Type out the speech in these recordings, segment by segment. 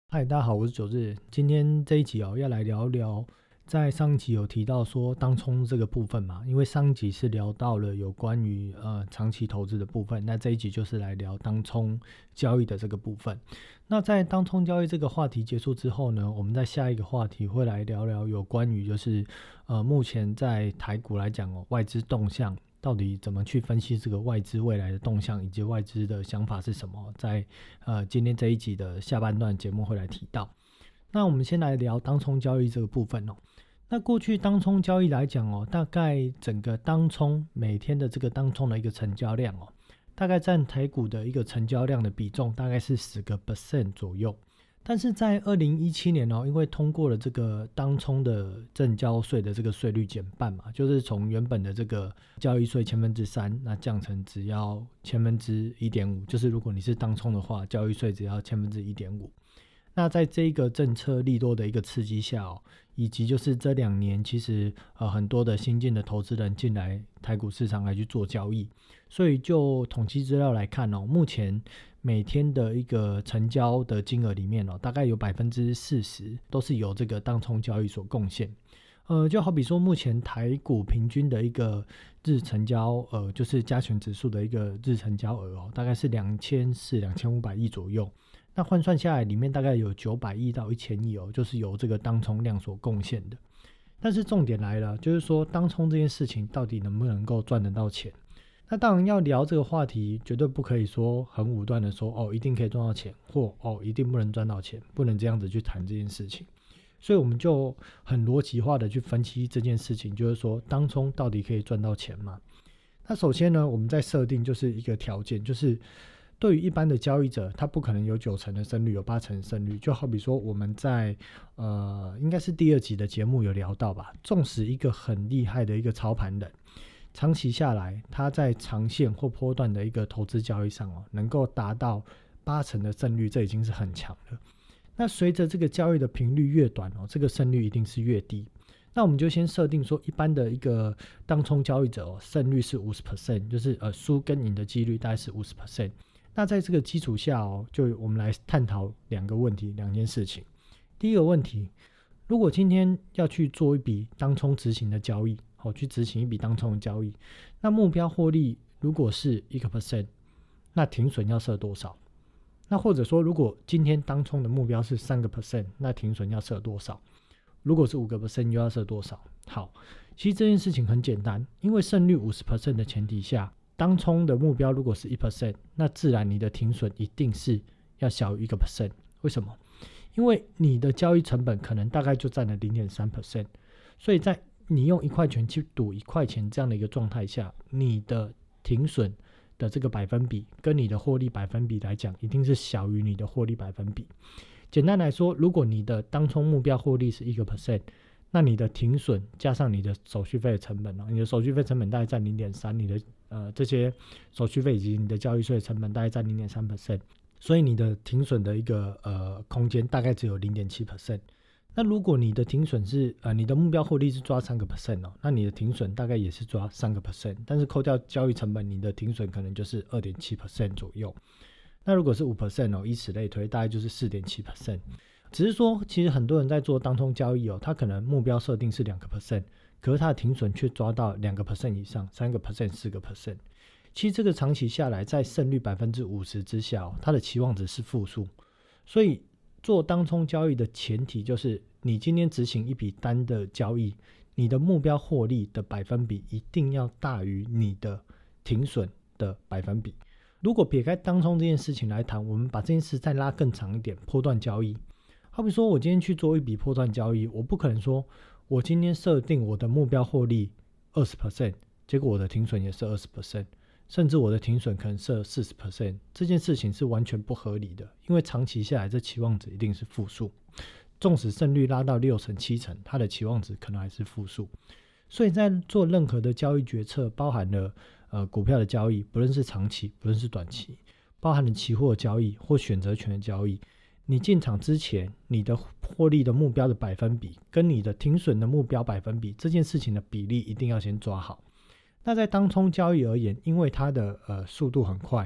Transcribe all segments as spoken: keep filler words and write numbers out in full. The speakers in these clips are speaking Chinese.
嗨，大家好，我是九日。今天这一集哦，要来聊聊，在上一集有提到说当冲这个部分嘛，因为上一集是聊到了有关于呃长期投资的部分，那这一集就是来聊当冲交易的这个部分。那在当冲交易这个话题结束之后呢，我们在下一个话题会来聊聊有关于就是呃目前在台股来讲哦，外资动向。到底怎么去分析这个外资未来的动向，以及外资的想法是什么？在呃今天这一集的下半段节目会来提到。那我们先来聊当冲交易这个部分哦。那过去当冲交易来讲哦，大概整个当冲每天的这个当冲的一个成交量哦，大概占台股的一个成交量的比重大概是十个 percent 左右。但是在二零一七年哦，因为通过了这个当冲的证交税的这个税率减半嘛，就是从原本的这个交易税千分之三，那降成只要千分之一点五，就是如果你是当冲的话，交易税只要千分之一点五。那在这一个政策利多的一个刺激下哦，以及就是这两年其实呃很多的新进的投资人进来台股市场来去做交易，所以就统计资料来看哦，目前每天的一个成交的金额里面哦，大概有百分之四十都是由这个当冲交易所贡献。呃，就好比说目前台股平均的一个日成交额，就是加权指数的一个日成交额哦，大概是两千四、两千五百亿左右。那换算下来，里面大概有九百亿到一千亿哦，就是由这个当冲量所贡献的。但是重点来了，就是说当冲这件事情到底能不能够赚得到钱？那当然要聊这个话题，绝对不可以说很武断的说哦，一定可以赚到钱，或哦一定不能赚到钱，不能这样子去谈这件事情。所以我们就很逻辑化的去分析这件事情，就是说当冲到底可以赚到钱吗？那首先呢，我们在设定就是一个条件，就是对于一般的交易者，他不可能有九成的胜率，有八成的胜率。就好比说我们在呃，应该是第二集的节目有聊到吧，纵使一个很厉害的一个操盘人，长期下来，他在长线或波段的一个投资交易上哦，能够达到八成的胜率，这已经是很强了。那随着这个交易的频率越短哦，这个胜率一定是越低。那我们就先设定说，一般的一个当冲交易者哦，胜率是 百分之五十， 就是呃输跟赢的几率大概是 百分之五十。那在这个基础下哦，就我们来探讨两个问题，两件事情。第一个问题，如果今天要去做一笔当冲执行的交易，好，去执行一笔当冲的交易，那目标获利如果是 百分之一， 那停损要设多少？那或者说，如果今天当冲的目标是 百分之三， 那停损要设多少？如果是 百分之五 又要设多少？好，其实这件事情很简单，因为胜率 百分之五十 的前提下，当冲的目标如果是 百分之一， 那自然你的停损一定是要小于 百分之一。为什么？因为你的交易成本可能大概就占了 零点三 percent， 所以在你用一块钱去赌一块钱这样的一个状态下，你的停损的这个百分比跟你的获利百分比来讲，一定是小于你的获利百分比。简单来说，如果你的当冲目标获利是 百分之一， 那你的停损加上你的手续费的成本，你的手续费成本大概占 零点三， 你的呃这些手续费以及你的交易税成本大概占 零点三 percent， 所以你的停损的一个呃空间大概只有 零点七 percent。那如果你的停损是呃你的目标获利是抓 百分之三 哦，那你的停损大概也是抓 百分之三， 但是扣掉交易成本，你的停损可能就是 二点七 percent 左右。那如果是 百分之五 哦，以此类推，大概就是 四点七 percent。 只是说其实很多人在做当冲交易哦，他可能目标设定是 百分之二， 可是他的停损却抓到 百分之二 以上， 三 percent 四 percent。 其实这个长期下来，在胜率 百分之五十 之下哦，他的期望值是负数。所以做当冲交易的前提就是你今天执行一笔单的交易，你的目标获利的百分比一定要大于你的停损的百分比。如果撇开当冲这件事情来谈，我们把这件事再拉更长一点，波段交易。好比说我今天去做一笔波段交易，我不可能说我今天设定我的目标获利 百分之二十， 结果我的停损也是 百分之二十， 甚至我的停损可能设 百分之四十， 这件事情是完全不合理的，因为长期下来这期望值一定是负数。纵使胜率拉到六成七成，它的期望值可能还是负数。所以在做任何的交易决策，包含了呃股票的交易，不论是长期不论是短期，包含了期货交易或选择权的交易，你进场之前你的获利的目标的百分比跟你的停损的目标百分比，这件事情的比例一定要先抓好。那在当冲交易而言，因为它的呃速度很快，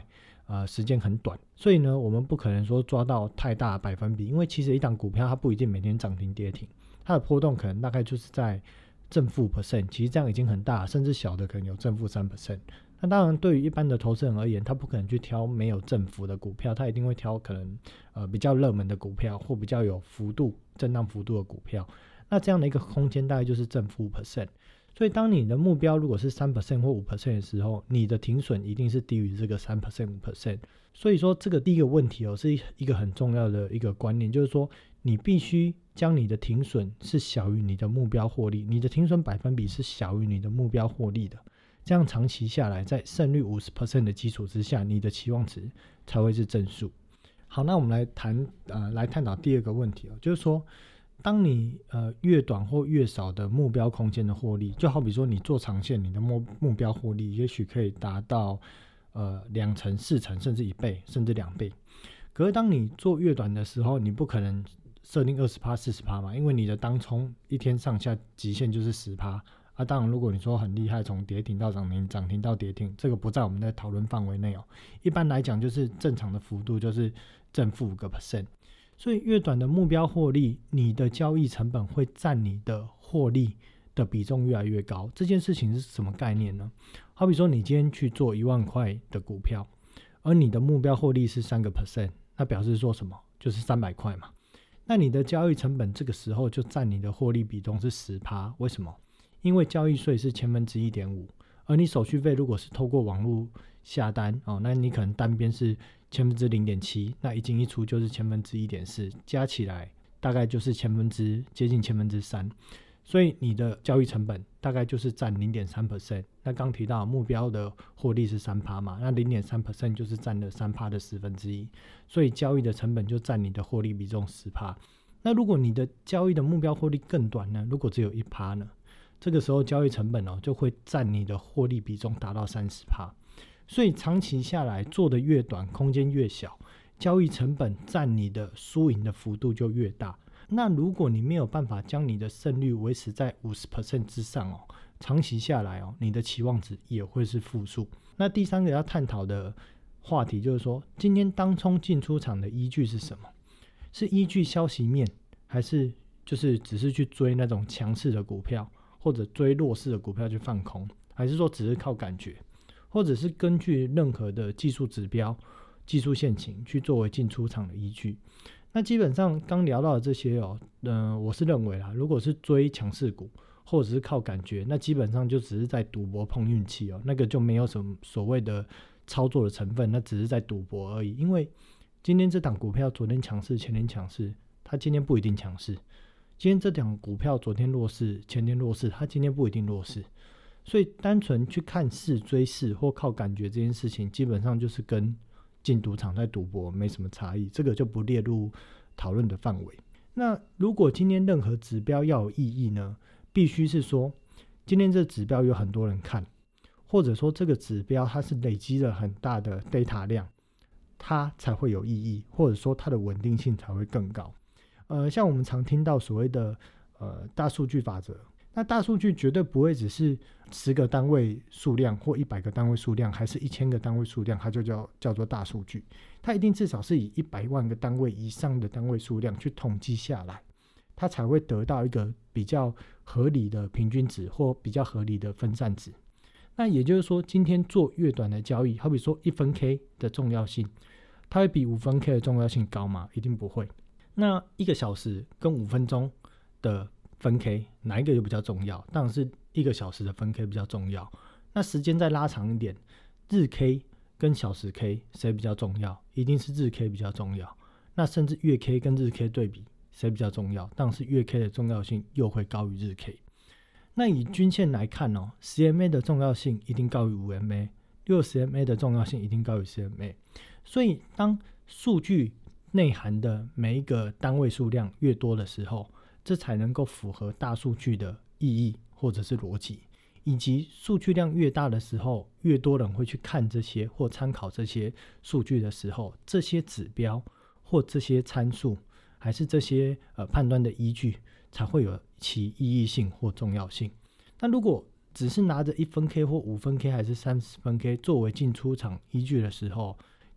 呃时间很短，所以呢我们不可能说抓到太大的百分比，因为其实一档股票它不一定每天涨停跌停，它的波动可能大概就是在正负 percent， 其实这样已经很大，甚至小的可能有正负 百分之三。 那当然对于一般的投资人而言，他不可能去挑没有振幅的股票，他一定会挑可能呃比较热门的股票或比较有幅度震荡幅度的股票，那这样的一个空间大概就是正负 percent。 所以当你的目标如果是 百分之三 或 百分之五 的时候，你的停损一定是低于这个 百分之三 百分之五。 所以说这个第一个问题哦，是一个很重要的一个观念，就是说你必须将你的停损是小于你的目标获利，你的停损百分比是小于你的目标获利的，这样长期下来在胜率 百分之五十 的基础之下，你的期望值才会是正数。好，那我们来谈呃来探讨第二个问题哦，就是说当你呃越短或越少的目标空间的获利，就好比说你做长线，你的目目标获利也许可以达到呃两成、四成，甚至一倍，甚至两倍。可是当你做越短的时候，你不可能设定 百分之二十、四十 嘛，因为你的当冲一天上下极限就是 百分之十。啊，当然如果你说很厉害，从跌停到涨停，涨停到跌停，这个不在我们的讨论范围内哦。一般来讲就是正常的幅度就是正负五个 percent。 所以越短的目标获利，你的交易成本会占你的获利的比重越来越高。这件事情是什么概念呢？好比说你今天去做一万块的股票，而你的目标获利是 百分之三， 那表示说什么？就是三百块嘛。那你的交易成本这个时候就占你的获利比重是 百分之十。 为什么？因为交易税是千分之一点五，而你手续费如果是透过网络下单哦，那你可能单边是千分之零点七，那一进一出就是千分之一点四，加起来大概就是千分之接近千分之三，所以你的交易成本大概就是占 零点三 percent。 那刚提到目标的获利是 百分之三 嘛，那 零点三 percent 就是占了 百分之三 的十分之一，所以交易的成本就占你的获利比重 百分之十。 那如果你的交易的目标获利更短呢？如果只有 百分之一呢？这个时候交易成本哦就会占你的获利比重达到 百分之三十。 所以长期下来做的越短，空间越小，交易成本占你的输赢的幅度就越大。那如果你没有办法将你的胜率维持在 百分之五十 之上哦，长期下来哦，你的期望值也会是负数。那第三个要探讨的话题就是说，今天当冲进出场的依据是什么？是依据消息面，还是就是只是去追那种强势的股票，或者追弱势的股票去放空，还是说只是靠感觉，或者是根据任何的技术指标、技术线型去作为进出场的依据？那基本上刚聊到的这些哦，呃，我是认为啦，如果是追强势股或者是靠感觉，那基本上就只是在赌博碰运气哦，那个就没有什么所谓的操作的成分，那只是在赌博而已。因为今天这档股票昨天强势，前天强势，它今天不一定强势。今天这档股票昨天弱势，前天弱势，它今天不一定弱势。所以单纯去看势追势或靠感觉这件事情，基本上就是跟进赌场在赌博没什么差异，这个就不列入讨论的范围。那如果今天任何指标要有意义呢，必须是说今天这指标有很多人看，或者说这个指标它是累积了很大的 data 量，它才会有意义，或者说它的稳定性才会更高。呃，像我们常听到所谓的呃大数据法则，那大数据绝对不会只是十个单位数量或一百个单位数量，还是一千个单位数量，它就叫叫做大数据。它一定至少是以一百万个单位以上的单位数量去统计下来，它才会得到一个比较合理的平均值或比较合理的分散值。那也就是说，今天做越短的交易，好比说一分 K 的重要性，它会比五分 K 的重要性高吗？一定不会。那一个小时跟五分钟的分 K 哪一个就比较重要？当然是一个小时的分 K 比较重要。那时间再拉长一点，日 K 跟小时 K 谁比较重要？一定是日 K 比较重要。那甚至月 K 跟日 K 对比谁比较重要？当然是月 K 的重要性又会高于日 K。那以均线来看哦， 十 M A 的重要性一定高于 五 M A， 六十 M A 的重要性一定高于十 M A。 所以当数据内含的每一个单位数量越多的时候，这才能够符合大数据的意义或者是逻辑，以及数据量越大的时候，越多人会去看这些或参考这些数据的时候，这些指标或这些参数还是这些呃判断的依据才会有其意义性或重要性。那如果只是拿着一分 K 或五分 K 还是三十分 K 作为进出场依据的时候，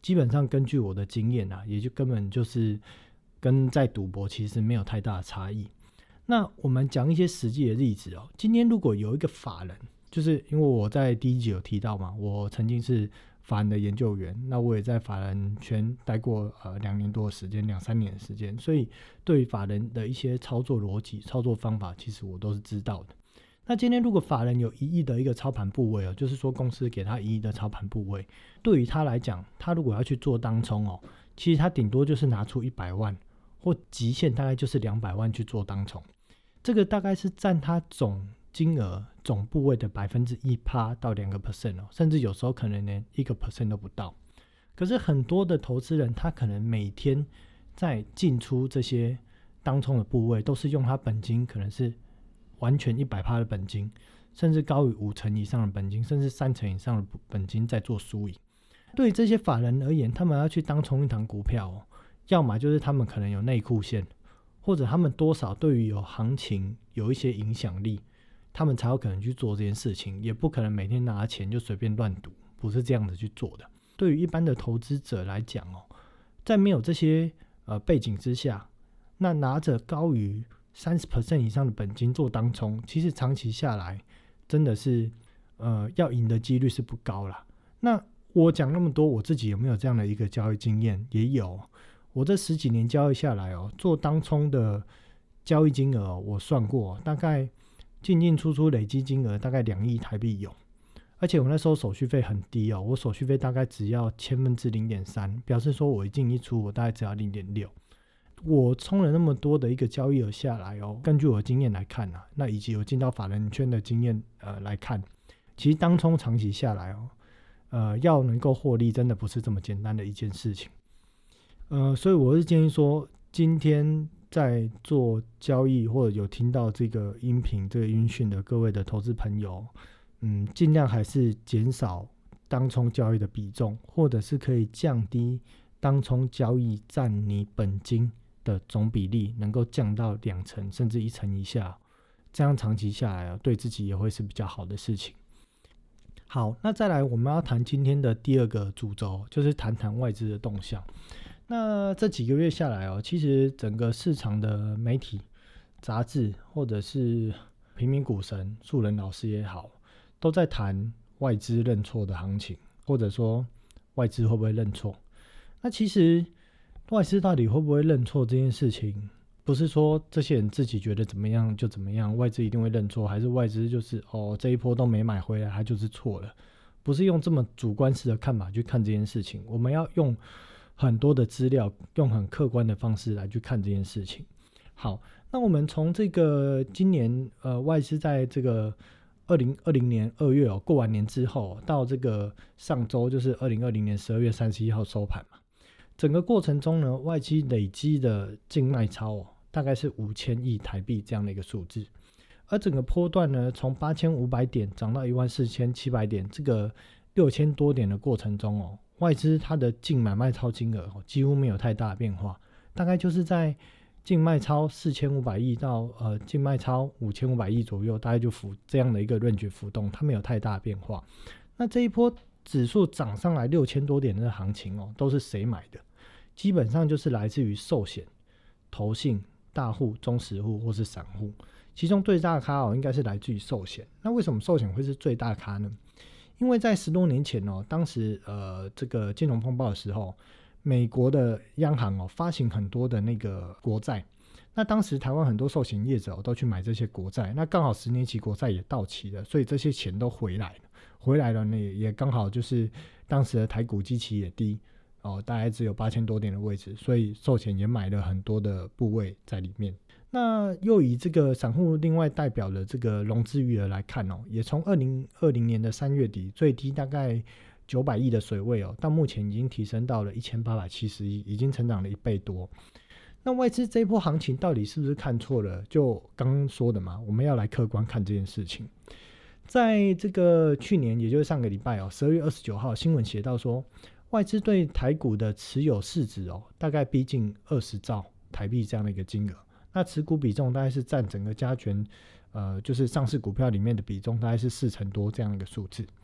基本上根据我的经验啊，也就根本就是跟在赌博其实没有太大的差异。那我们讲一些实际的例子哦。今天如果有一个法人，就是因为我在第一集有提到嘛，我曾经是法人的研究员，那我也在法人圈待过呃两年多的时间，两三年的时间，所以对于法人的一些操作逻辑、操作方法，其实我都是知道的。那今天如果法人有一亿的一个操盘部位哦，就是说公司给他一亿的操盘部位，对于他来讲，他如果要去做当冲哦，其实他顶多就是拿出一百万，或极限大概就是两百万去做当冲，这个大概是占他总金额总部位的百分之一趴到两个 percent 哦，甚至有时候可能连一个 percent 都不到。可是很多的投资人，他可能每天在进出这些当冲的部位，都是用他本金可能是完全一百趴的本金，甚至高于五成以上的本金，甚至三成以上的本金在做输赢。对于这些法人而言，他们要去当冲一档股票哦，要么就是他们可能有内裤线，或者他们多少对于有行情有一些影响力，他们才有可能去做这件事情，也不可能每天拿钱就随便乱赌，不是这样子去做的。对于一般的投资者来讲哦，在没有这些呃背景之下，那拿着高于 百分之三十 以上的本金做当冲，其实长期下来真的是呃要赢的几率是不高啦。那我讲那么多，我自己有没有这样的一个交易经验？也有。我这十几年交易下来哦，做当冲的交易金额、哦、我算过，大概进进出出累积金额大概两亿台币有。而且我那时候手续费很低哦，我手续费大概只要千分之零点三，表示说我一进一出我大概只要零点六。我冲了那么多的一个交易额下来哦，根据我的经验来看啊，那以及我进到法人圈的经验呃来看，其实当冲长期下来哦，呃要能够获利真的不是这么简单的一件事情。呃，所以我是建议说，今天在做交易或者有听到这个音频这个音讯的各位的投资朋友，嗯，尽量还是减少当冲交易的比重，或者是可以降低当冲交易占你本金的总比例，能够降到两成甚至一成以下，这样长期下来对自己也会是比较好的事情。好，那再来我们要谈今天的第二个主轴，就是谈谈外资的动向。那这几个月下来哦，其实整个市场的媒体、杂志或者是平民股神素人老师也好，都在谈外资认错的行情，或者说外资会不会认错。那其实外资到底会不会认错这件事情，不是说这些人自己觉得怎么样就怎么样，外资一定会认错，还是外资就是哦这一波都没买回来，他就是错了，不是用这么主观式的看法去看这件事情。我们要用很多的资料，用很客观的方式来去看这件事情。好，那我们从这个今年呃外资在这个二零二零年二月哦过完年之后，到这个上周就是二零二零年十二月三十一号收盘嘛，整个过程中呢，外资累积的净卖超哦大概是五千亿台币这样的一个数字，而整个波段呢，从八千五百点涨到一万四千七百点，这个六千多点的过程中哦，外资它的净买卖超金额、哦、几乎没有太大的变化，大概就是在净卖超四千五百亿到呃净卖超五千五百亿左右，大概就浮这样的一个range浮动，它没有太大的变化。那这一波指数涨上来六千多点的行情哦，都是谁买的？基本上就是来自于寿险、投信、大户、中实户或是散户，其中最大咖哦应该是来自于寿险。那为什么寿险会是最大咖呢？因为在十多年前哦，当时呃这个金融风暴的时候，美国的央行哦发行很多的那个国债，那当时台湾很多寿险业者、哦、都去买这些国债，那刚好十年期国债也到期了，所以这些钱都回来了，回来了呢也刚好就是当时的台股基期也低哦，大概只有八千多点的位置，所以寿险也买了很多的部位在里面。那又以这个散户另外代表的这个融资余额来看哦，也从二零二零年的三月底最低大概九百亿的水位哦，到目前已经提升到了一千八百七十亿，已经成长了一倍多。那外资这一波行情到底是不是看错了？就刚刚说的嘛，我们要来客观看这件事情。在这个去年，也就是上个礼拜哦，十二月二十九号新闻写到说，外资对台股的持有市值哦，大概逼近二十兆台币这样的一个金额。那持股比重大概是占整个加权，呃，就是上市股票里面的比重大概是四成多这样的一个数字。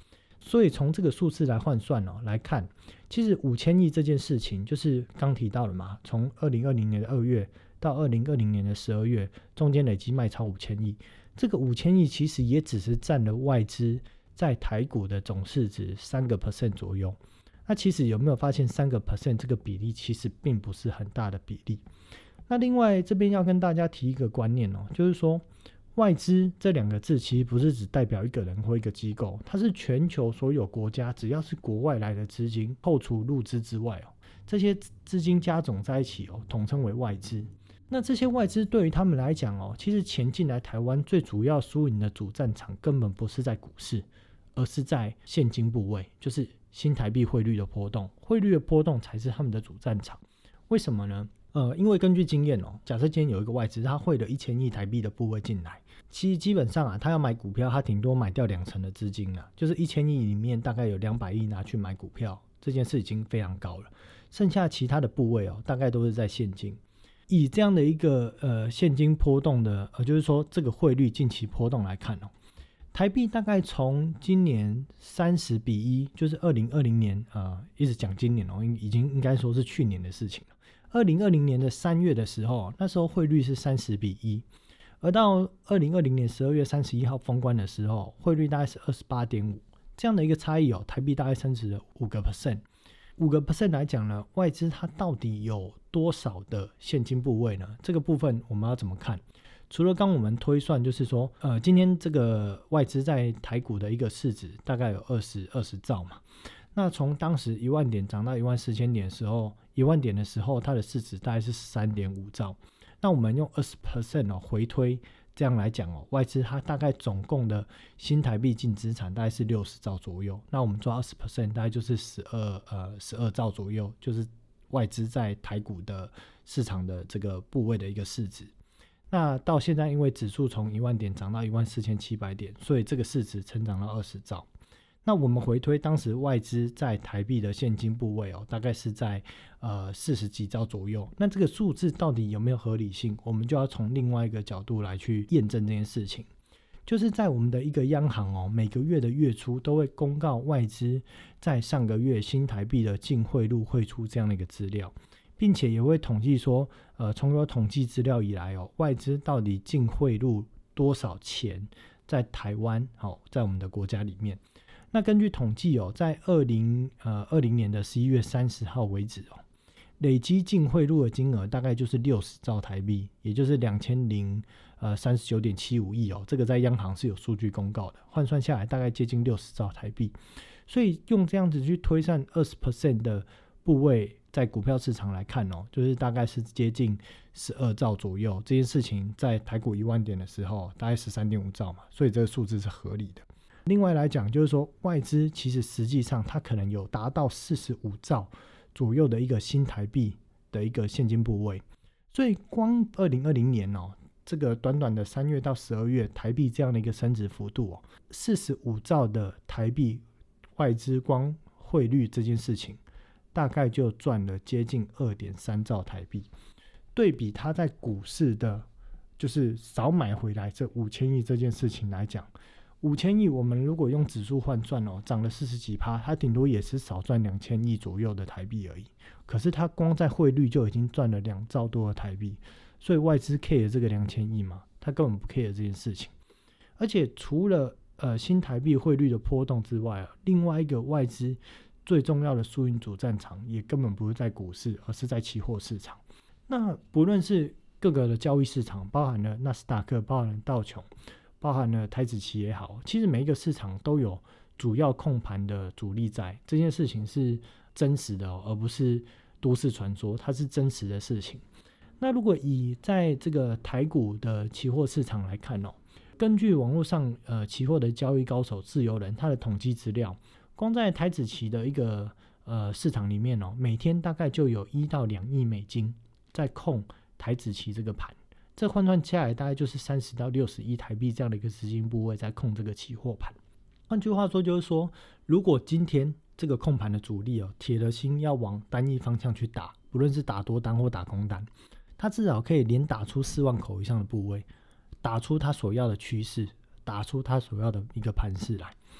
所以从这个数字来换算哦来看，其实五千亿这件事情就是刚提到了嘛，从二零二零年的二月到二零二零年的十二月，中间累积卖超五千亿，这个五千亿其实也只是占了外资在台股的总市值三个 percent 左右。那其实有没有发现三个 percent 这个比例其实并不是很大的比例。那另外这边要跟大家提一个观念哦，就是说外资这两个字其实不是只代表一个人或一个机构，它是全球所有国家只要是国外来的资金，扣除入资之外哦，这些资金加总在一起哦，统称为外资。那这些外资对于他们来讲哦，其实钱进来台湾最主要输赢的主战场根本不是在股市，而是在现金部位，就是新台币汇率的波动，汇率的波动才是他们的主战场。为什么呢？呃，因为根据经验哦，假设今天有一个外资，他汇了一千亿台币的部位进来，其实基本上啊，他要买股票，他顶多买掉两成的资金啊，就是一千亿里面大概有两百亿拿去买股票，这件事已经非常高了。剩下其他的部位哦，大概都是在现金。以这样的一个呃现金波动的，呃，就是说这个汇率近期波动来看哦，台币大概从今年三十比一，就是二零二零年呃一直讲今年哦，已经应该说是去年的事情了。二零二零年的三月的时候，那时候汇率是三十比一，而到二零二零年十二月三十一号封关的时候，汇率大概是二十八点五，这样的一个差异哦，台币大概升值了五个 percent。五个 percent 来讲呢，外资它到底有多少的现金部位呢？这个部分我们要怎么看？除了刚我们推算，就是说，呃，今天这个外资在台股的一个市值大概有二十二十兆嘛。那从当时一万点涨到一万四千点的时候，一万点的时候，它的市值大概是十三点五兆。那我们用二十 percent 哦回推，这样来讲哦，外资它大概总共的新台币净资产大概是六十兆左右。那我们抓二十 percent， 大概就是十二呃十二兆左右，就是外资在台股的市场的这个部位的一个市值。那到现在，因为指数从一万点涨到一万四千七百点，所以这个市值成长到二十兆。那我们回推当时外资在台币的现金部位哦，大概是在呃四十几兆左右。那这个数字到底有没有合理性？我们就要从另外一个角度来去验证这件事情。就是在我们的一个央行哦，每个月的月初都会公告外资在上个月新台币的净汇入汇出这样的一个资料，并且也会统计说，呃，从有统计资料以来哦，外资到底净汇入多少钱在台湾，好、哦，在我们的国家里面。那根据统计哦，在二零呃二零年的十一月三十号为止哦，累积净汇入的金额大概就是六十兆台币，也就是两千零呃三十九点七五亿哦。这个在央行是有数据公告的，换算下来大概接近六十兆台币。所以用这样子去推算二十 percent 的部位，在股票市场来看哦，就是大概是接近十二兆左右。这件事情在台股一万点的时候，大概十三点五兆嘛，所以这个数字是合理的。另外来讲，就是说外资其实实际上它可能有达到四十五兆左右的一个新台币的一个现金部位，所以光二零二零年哦，这个短短的三月到十二月台币这样的一个升值幅度哦，四十五兆的台币外资光汇率这件事情，大概就赚了接近二点三兆台币。对比它在股市的，就是少买回来这五千亿这件事情来讲。五千亿，我们如果用指数换算哦，涨了四十几趴，它顶多也是少赚两千亿左右的台币而已。可是它光在汇率就已经赚了两兆多的台币，所以外资 care 这个两千亿嘛，它根本不 care 这件事情。而且除了呃新台币汇率的波动之外啊，另外一个外资最重要的输赢主战场也根本不是在股市，而是在期货市场。那不论是各个的交易市场，包含了纳斯达克，包含了道琼，包含了台指期也好，其实每一个市场都有主要控盘的主力在，这件事情是真实的、哦、而不是都市传说，它是真实的事情。那如果以在这个台股的期货市场来看哦，根据网络上呃期货的交易高手自由人他的统计资料，光在台指期的一个呃市场里面哦，每天大概就有一到两亿美金在控台指期这个盘。这换算下来大概就是三十到六十亿台币这样的一个资金部位在控这个期货盘。换句话说，就是说，如果今天这个控盘的主力哦，铁了心要往单一方向去打，不论是打多单或打空单，他至少可以连打出四万口以上的部位，打出他所要的趋势，打出他所要的一个盘势来。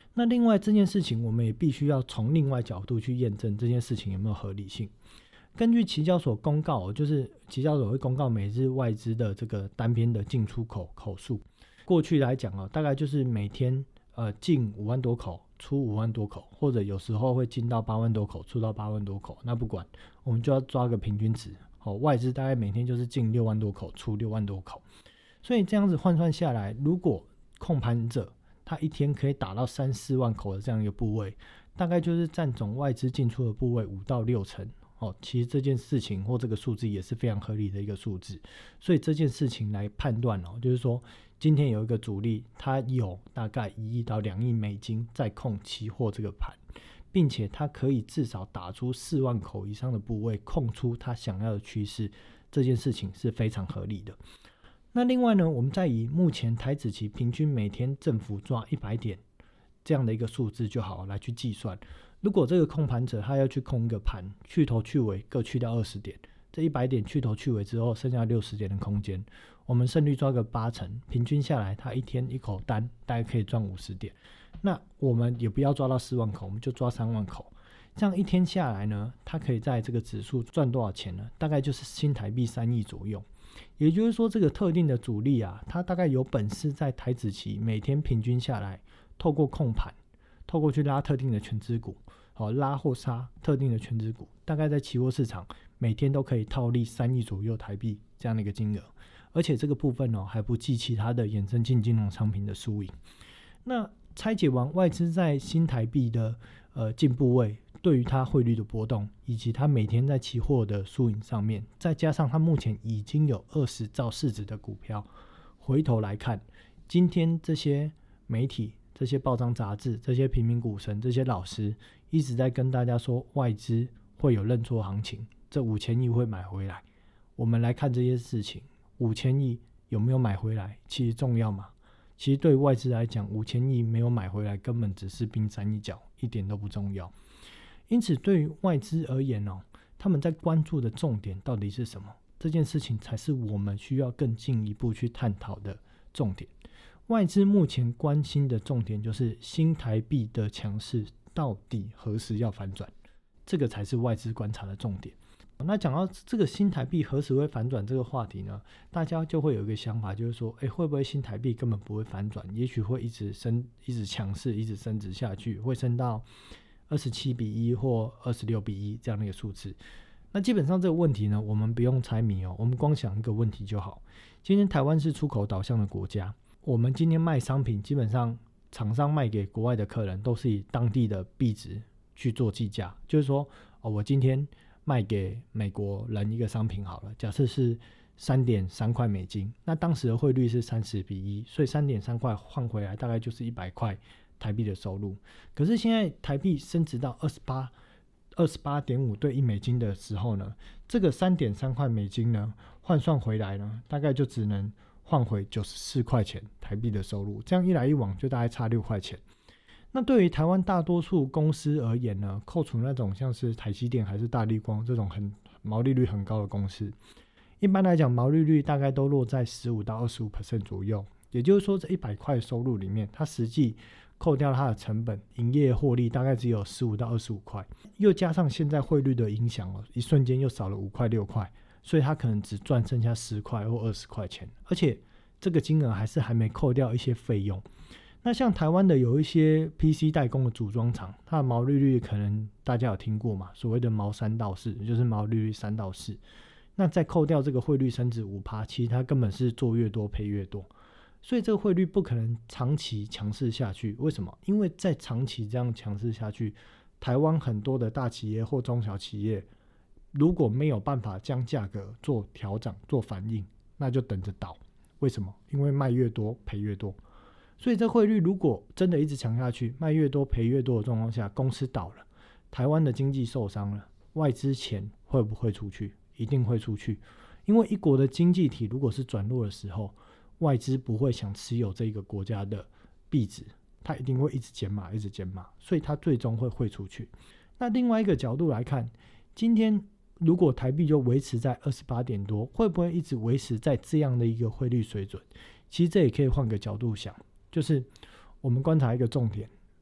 那另外这件事情我们也必须要从另外角度去验证这件事情有没有合理性。根据期交所公告，就是期交所会公告每日外资的这个单边的进出口口数，过去来讲、哦、大概就是每天呃进五万多口出五万多口，或者有时候会进到八万多口出到八万多口，那不管我们就要抓个平均值、哦、外资大概每天就是进六万多口出六万多口，所以这样子换算下来，如果控盘者他一天可以打到三四万口的这样一个部位，大概就是占总外资进出的部位五到六成。哦，其实这件事情或这个数字也是非常合理的一个数字，所以这件事情来判断哦，就是说今天有一个主力，它有大概一亿到两亿美金在控期货这个盘，并且它可以至少打出四万口以上的部位，控出它想要的趋势，这件事情是非常合理的。那另外呢，我们再以目前台指期平均每天振幅抓一百点这样的一个数字就好来去计算。如果这个控盘者他要去控一个盘，去头去尾各去掉二十点，这一百点去头去尾之后剩下六十点的空间，我们胜率抓个八成，平均下来他一天一口单大概可以赚五十点。那我们也不要抓到四万口，我们就抓三万口，这样一天下来呢，他可以在这个指数赚多少钱呢？大概就是新台币三亿左右。也就是说，这个特定的主力啊，他大概有本事在台指期每天平均下来，透过控盘，透过去拉特定的权值股，好，拉或杀特定的权值股，大概在期货市场每天都可以套利三亿左右台币这样的一个金额，而且这个部分哦还不计其他的衍生性金融商品的输赢。那拆解完外资在新台币的呃进部位，对于它汇率的波动，以及它每天在期货的输赢上面，再加上它目前已经有二十兆市值的股票，回头来看，今天这些媒体、这些报章杂志、这些平民股神、这些老师一直在跟大家说外资会有认错行情，这五千亿会买回来。我们来看这些事情，五千亿有没有买回来其实重要吗？其实对外资来讲，五千亿没有买回来根本只是冰山一角，一点都不重要。因此对于外资而言哦，他们在关注的重点到底是什么？这件事情才是我们需要更进一步去探讨的重点。外资目前关心的重点就是新台币的强势到底何时要反转，这个才是外资观察的重点。那讲到这个新台币何时会反转这个话题呢，大家就会有一个想法，就是说，哎，会不会新台币根本不会反转，也许会一直升、一直强势、一直升值下去，会升到二十七比一或二十六比一这样的一个数字。那基本上这个问题呢，我们不用猜谜哦，我们光想一个问题就好。今天台湾是出口导向的国家，我们今天卖商品，基本上厂商卖给国外的客人都是以当地的币值去做计价，就是说，哦，我今天卖给美国人一个商品好了，假设是 三点三块美金，那当时的汇率是三十比一，所以 三点三块换回来大概就是一百块台币的收入。可是现在台币升值到 二十八 二十八点五 对一美金的时候呢，这个 三点三块美金呢换算回来呢，大概就只能换回九十四块钱台币的收入，这样一来一往就大概差六块钱。那对于台湾大多数公司而言呢，扣除那种像是台积电还是大立光这种很毛利率很高的公司，一般来讲毛利率大概都落在 百分之十五到百分之二十五 左右，也就是说这一百块收入里面，它实际扣掉它的成本，营业获利大概只有十五到二十五块，又加上现在汇率的影响哦，一瞬间又少了五块六块，所以它可能只赚剩下十块或二十块钱，而且这个金额还是还没扣掉一些费用。那像台湾的有一些 P C 代工的组装厂，它的毛利率可能大家有听过嘛，所谓的毛三到四，就是毛利率三到四。那再扣掉这个汇率升值 百分之五， 其实它根本是做越多赔越多，所以这个汇率不可能长期强势下去。为什么？因为在长期这样强势下去，台湾很多的大企业或中小企业如果没有办法将价格做调整做反应，那就等着倒。为什么？因为卖越多赔越多，所以这汇率如果真的一直强下去，卖越多赔越多的状况下，公司倒了，台湾的经济受伤了，外资钱会不会出去？一定会出去，因为一国的经济体如果是转弱的时候，外资不会想持有这个国家的币值，它一定会一直减码一直减码，所以它最终会汇出去。那另外一个角度来看，今天如果台币就维持在二十八点多，会不会一直维持在这样的一个汇率水准？其实这也可以换个角度想，就是我们观察一个重点，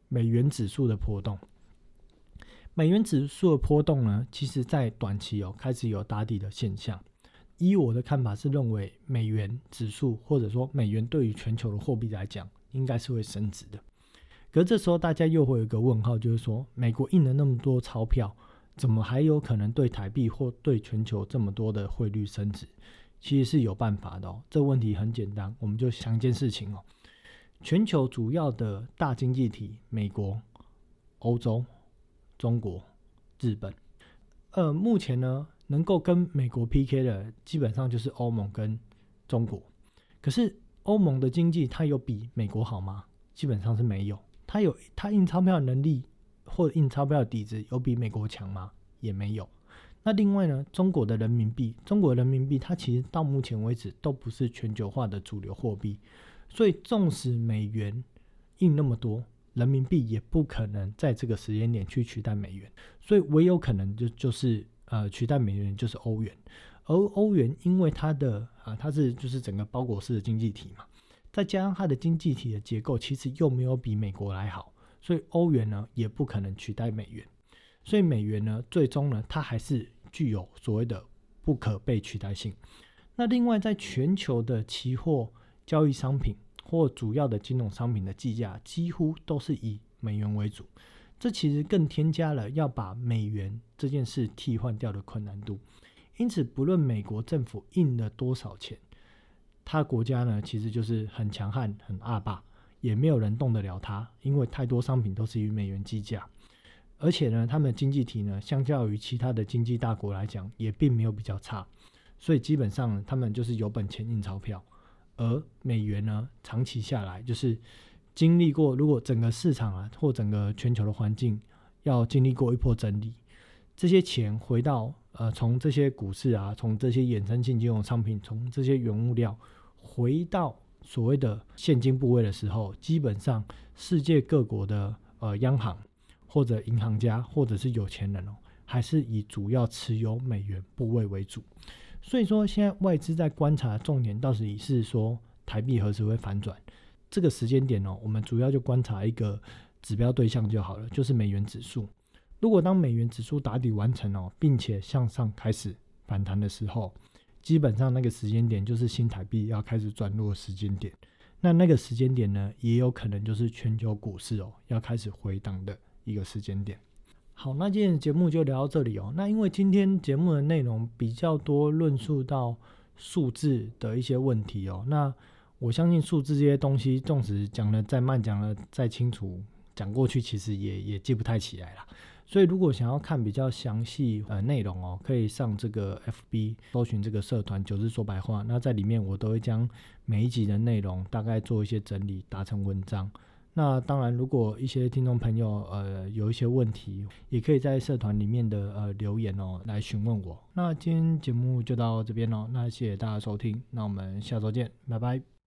美元指数的波动。美元指数的波动呢，其实在短期哦开始有打底的现象。依我的看法是认为美元指数或者说美元对于全球的货币来讲，应该是会升值的。可是这时候大家又会有一个问号，就是说美国印了那么多钞票，怎么还有可能对台币或对全球这么多的汇率升值？其实是有办法的哦。这问题很简单，我们就想一件事情哦。全球主要的大经济体，美国、欧洲、中国、日本，呃，目前呢能够跟美国 P K 的，基本上就是欧盟跟中国。可是欧盟的经济它有比美国好吗？基本上是没有。它有它印钞票的能力或者印钞票的底子有比美国强吗？也没有。那另外呢，中国的人民币，中国的人民币它其实到目前为止都不是全球化的主流货币，所以纵使美元印那么多，人民币也不可能在这个时间点去取代美元，所以唯有可能就就是呃取代美元就是欧元。而欧元因为它的啊、呃、它是就是整个包裹式的经济体嘛，再加上它的经济体的结构其实又没有比美国来好，所以欧元呢也不可能取代美元。所以美元呢最终呢它还是具有所谓的不可被取代性。那另外在全球的期货交易商品或主要的金融商品的计价几乎都是以美元为主，这其实更添加了要把美元这件事替换掉的困难度。因此不论美国政府印了多少钱，他国家呢其实就是很强悍很阿霸，也没有人动得了他，因为太多商品都是以美元计价。而且呢他们的经济体呢相较于其他的经济大国来讲也并没有比较差，所以基本上他们就是有本钱印钞票。而美元呢长期下来就是经历过，如果整个市场啊或整个全球的环境要经历过一波整理，这些钱回到呃从这些股市啊，从这些衍生性金融商品，从这些原物料回到所谓的现金部位的时候，基本上世界各国的呃央行或者银行家或者是有钱人哦，还是以主要持有美元部位为主。所以说现在外资在观察的重点到底是说台币何时会反转，这个时间点哦，我们主要就观察一个指标对象就好了，就是美元指数。如果当美元指数打底完成哦，并且向上开始反弹的时候，基本上那个时间点就是新台币要开始转弱的时间点。那那个时间点呢，也有可能就是全球股市哦要开始回档的一个时间点。好，那今天的节目就聊到这里哦。那因为今天节目的内容比较多论述到数字的一些问题哦，那我相信数字这些东西，纵使讲的再慢，讲的再清楚，讲过去其实也也记不太起来啦。所以如果想要看比较详细呃内容哦，可以上这个 F B 搜寻这个社团九日说白话，那在里面我都会将每一集的内容大概做一些整理，打成文章。那当然如果一些听众朋友呃有一些问题，也可以在社团里面的呃留言哦来询问我。那今天节目就到这边哦，那谢谢大家收听，那我们下周见，拜拜。